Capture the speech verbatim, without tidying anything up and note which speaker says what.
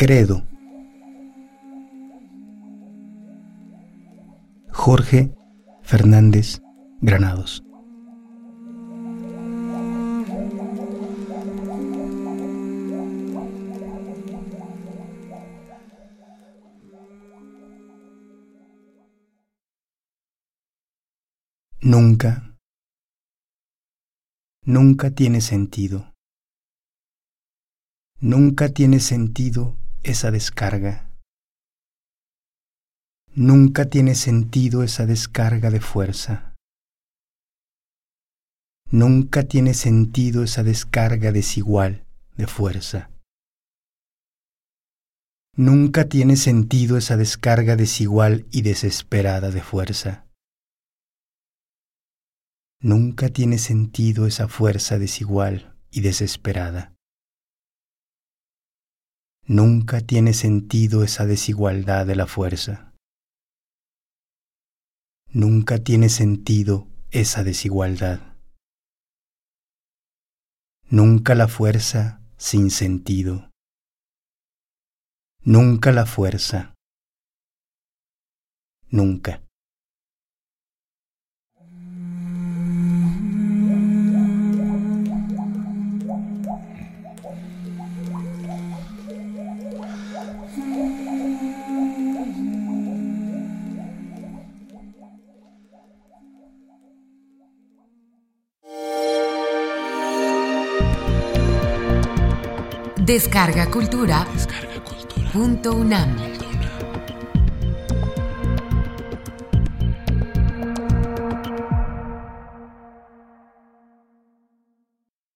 Speaker 1: Credo. Jorge Fernández Granados. Nunca, nunca tiene sentido. Nunca tiene sentido esa descarga. Nunca tiene sentido esa descarga de fuerza. Nunca tiene sentido esa descarga desigual de fuerza. Nunca tiene sentido esa descarga desigual y desesperada de fuerza. Nunca tiene sentido esa fuerza desigual y desesperada. Nunca tiene sentido esa desigualdad de la fuerza. Nunca tiene sentido esa desigualdad. Nunca la fuerza sin sentido. Nunca la fuerza. Nunca.
Speaker 2: Descarga Cultura. Descarga Cultura. Punto UNAM.